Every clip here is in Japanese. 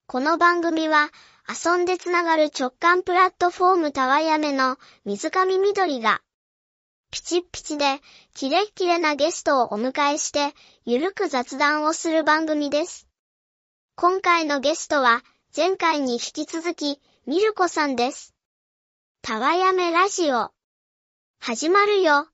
この番組は遊んでつながる直感プラットフォームたわやめの水上みどりがピチッピチでキレッキレなゲストをお迎えしてゆるく雑談をする番組です。今回のゲストは前回に引き続きみるこさんです。たわやめラジオ始まるよ。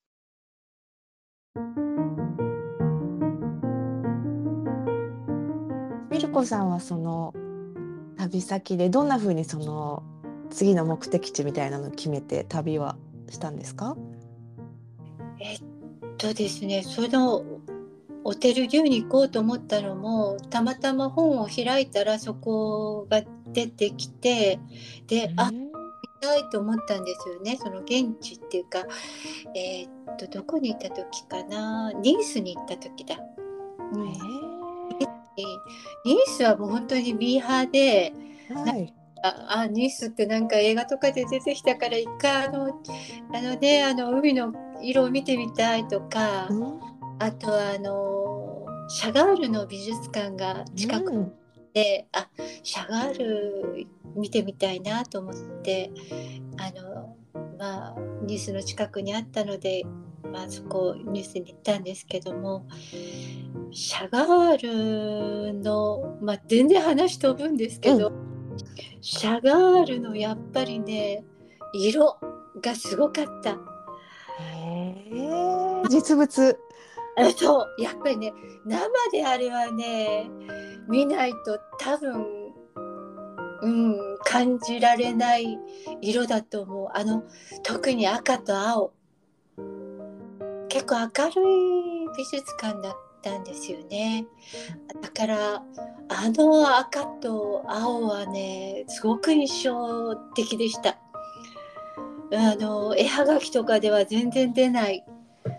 みるこさんはその旅先でどんな風にその次の目的地みたいなのを決めて旅はしたんですか？ ですね、そのオテルデュに行こうと思ったのもたまたま本を開いたらそこが出てきて、で、見たいと思ったんですよね。その現地っていうか、どこに行った時かな、ニースに行った時だ。ニースはもう本当にミーハーで、ニースってなんか映画とかで出てきたから一回海の色を見てみたいとか、あとはシャガールの美術館が近くで、シャガール見てみたいなと思ってニースの近くにあったので、そこニュースに行ったんですけども、シャガールの、全然話飛ぶんですけど、シャガールのやっぱりね、色がすごかった。 実物。 そう、やっぱりね、生であれはね、見ないと多分、感じられない色だと思う。特に赤と青。結構明るい美術館だったんですよね。だから赤と青はね、すごく印象的でした。絵はがきとかでは全然出ない。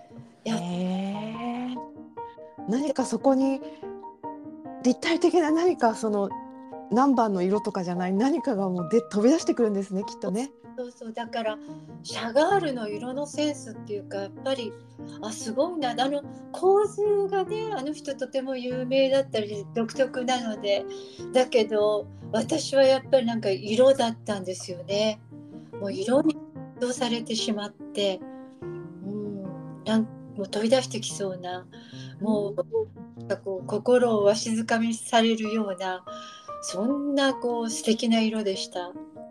何かそこに立体的な何かその何番の色とかじゃない何かがもう飛び出してくるんですね、きっとね。 そうだからシャガールの色のセンスっていうか、やっぱりすごいな。構図がね、あの人とても有名だったり独特なので、だけど私はやっぱりなんか色だったんですよね。もう色に圧倒されてしまって、もう飛び出してきそうな、もうこう心をわしづかみされるような、そんな素敵な色でした。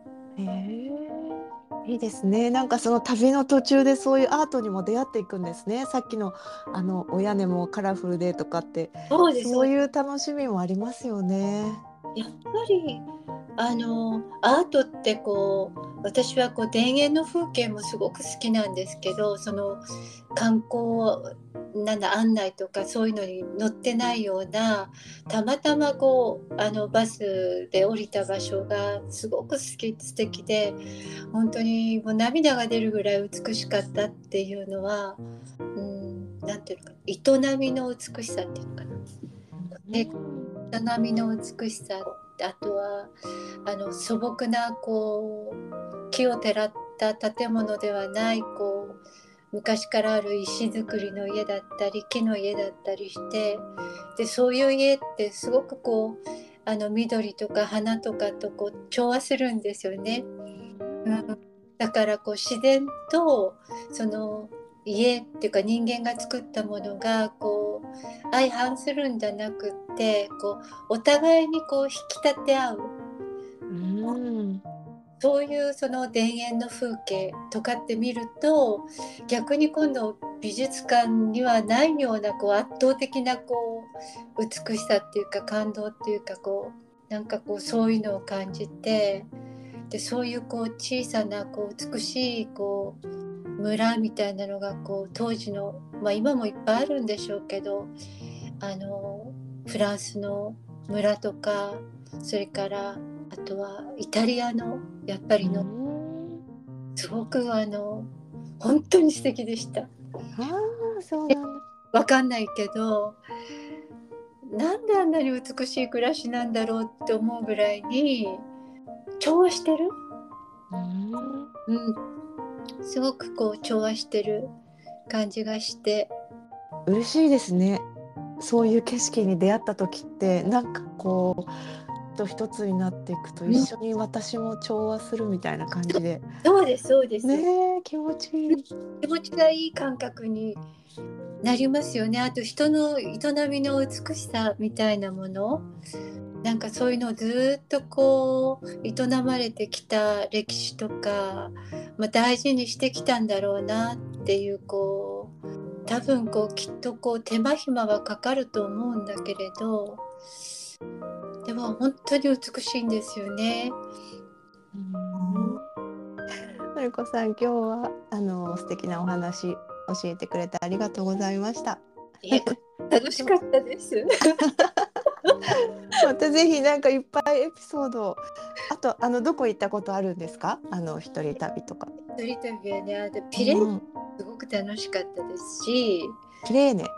いいですね。なんかその旅の途中でそういうアートにも出会っていくんですね。さっきのお屋根もカラフルでとかって、そういう楽しみもありますよね。 やっぱりアートって私は田園の風景もすごく好きなんですけど、その観光案内とかそういうのに載ってないような、たまたまバスで降りた場所がすごく素敵で、本当にもう涙が出るぐらい美しかったっていうのは、なんていうのか、営みの美しさっていうのかな、営みの美しさ、あとは素朴な木をてらった建物ではない昔からある石造りの家だったり木の家だったりして、でそういう家ってすごく緑とか花とかと調和するんですよね。だから自然とその家っていうか人間が作ったものが相反するんじゃなくってお互いに引き立て合う、そういうその田園の風景とかって見ると、逆に今度美術館にはないような圧倒的な美しさっていうか感動っていうかなんかそういうのを感じて、でそういう小さな美しい村みたいなのが当時の、今もいっぱいあるんでしょうけど、フランスの村とか、それからあとはイタリアのやっぱりのすごく本当に素敵でした。 そうなんだ。 わかんないけど、なんであんなに美しい暮らしなんだろうって思うぐらいに調和してる。すごく調和してる感じがして嬉しいですね。そういう景色に出会った時ってなんかと一つになっていくと、一緒に私も調和するみたいな感じで。 そうです、そうです。 ねえ、気持ちいい。 気持ちがいい感覚になりますよね。あと人の営みの美しさみたいなもの、なんかそういうのをずっとこう営まれてきた歴史とか、大事にしてきたんだろうなっていう、こう多分こうきっとこう手間暇はかかると思うんだけれど、でも本当に美しいんですよね。 のりこさん、今日は素敵なお話教えてくれてありがとうございました。 楽しかったです。 またぜひなんかいっぱいエピソード、あとどこ行ったことあるんですか？一人旅とか。 一人旅はね、ピレーネすごく楽しかったですし、 ピレーネ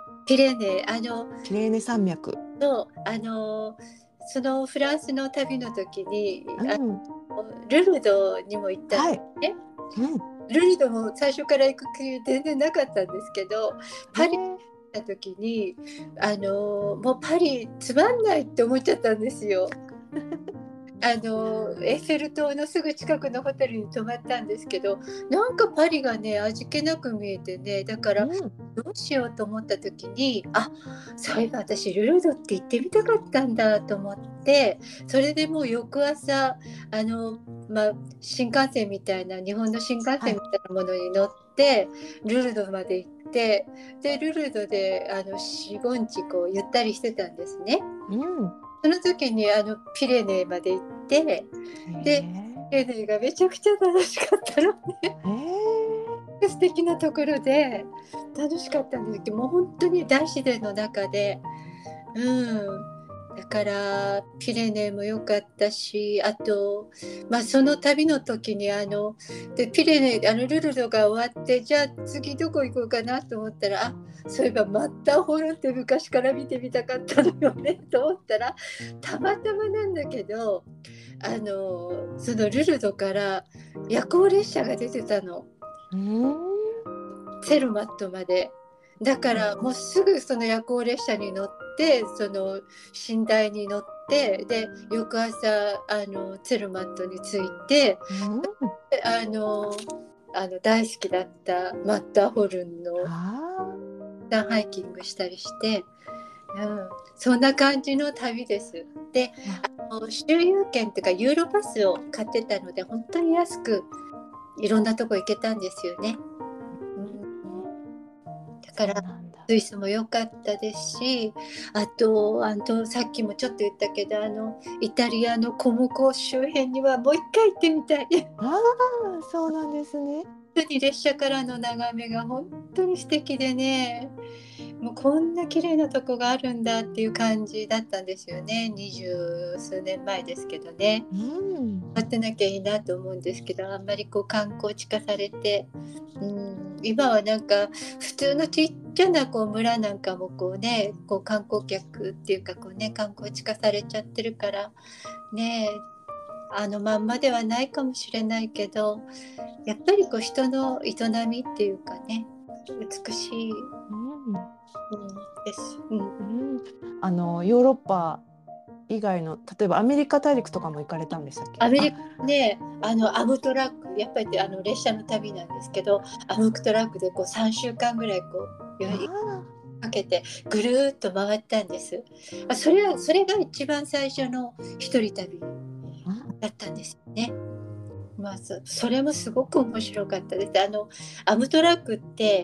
山脈のそのフランスの旅の時に、ルルドにも行ったんですね。ルルドも最初から行く気全然なかったんですけど、パリに行った時にもうパリつまんないって思っちゃったんですよ。エッフェル塔のすぐ近くのホテルに泊まったんですけど、なんかパリがね味気なく見えてね、だからどうしようと思った時に、そういえば私ルルドって行ってみたかったんだと思って、それでもう翌朝新幹線みたいな、日本の新幹線みたいなものに乗って、ルルドまで行って、でルルドで4、5日こうゆったりしてたんですね。その時にピレネーまで行って、でピレネーがめちゃくちゃ楽しかったのね。素敵なところで楽しかったんですけど、もう本当に大自然の中で、だからピレネーも良かったし、あと、その旅の時にでピレネールルドが終わって、じゃあ次どこ行こうかなと思ったら、そういえばマッターホルンって昔から見てみたかったのよねと思ったら、たまたまなんだけどそのルルドから夜行列車が出てたの、ツェルマットまで。だからもうすぐその夜行列車に乗って、その寝台に乗って、で翌朝ツェルマットに着いて、大好きだったマッターホルンのハイキングしたりして、そんな感じの旅です。で周遊券というかユーロパスを買ってたので、本当に安くいろんなとこ行けたんですよね。だからスイスも良かったですし、あとさっきもちょっと言ったけどイタリアのコモコ周辺にはもう一回行ってみたい。 そうなんですね。 本当に列車からの眺めが本当に素敵でね、もうこんな綺麗なとこがあるんだっていう感じだったんですよね。20数年前ですけどね。待ってなきゃいいなと思うんですけど、あんまりこう観光地化されて、今はなんか普通のちっちゃなこう村なんかもこうね、こう観光客っていうかこうね、観光地化されちゃってるからね、まんまではないかもしれないけど、やっぱりこう人の営みっていうかね、美しい、です。 ヨーロッパ以外の、例えばアメリカ大陸とかも行かれたんでしたっけ？ アメリカね、アムトラック、やっぱり列車の旅なんですけど、アムトラックでこう3週間ぐらいこうかけてぐるーっと回ったんです。それが一番最初の一人旅だったんですよね。それもすごく面白かったです。アムトラックって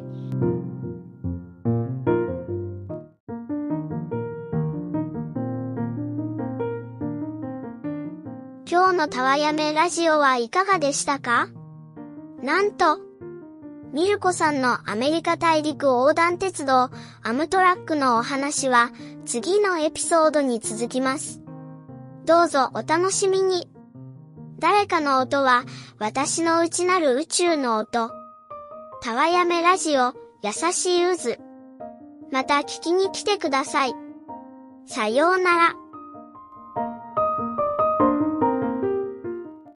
今日のたわやめラジオはいかがでしたか？なんとミルコさんのアメリカ大陸横断鉄道アムトラックのお話は次のエピソードに続きます。どうぞお楽しみに。誰かの音は私の内なる宇宙の音。たわやめラジオ優しい渦。また聞きに来てください。さようなら。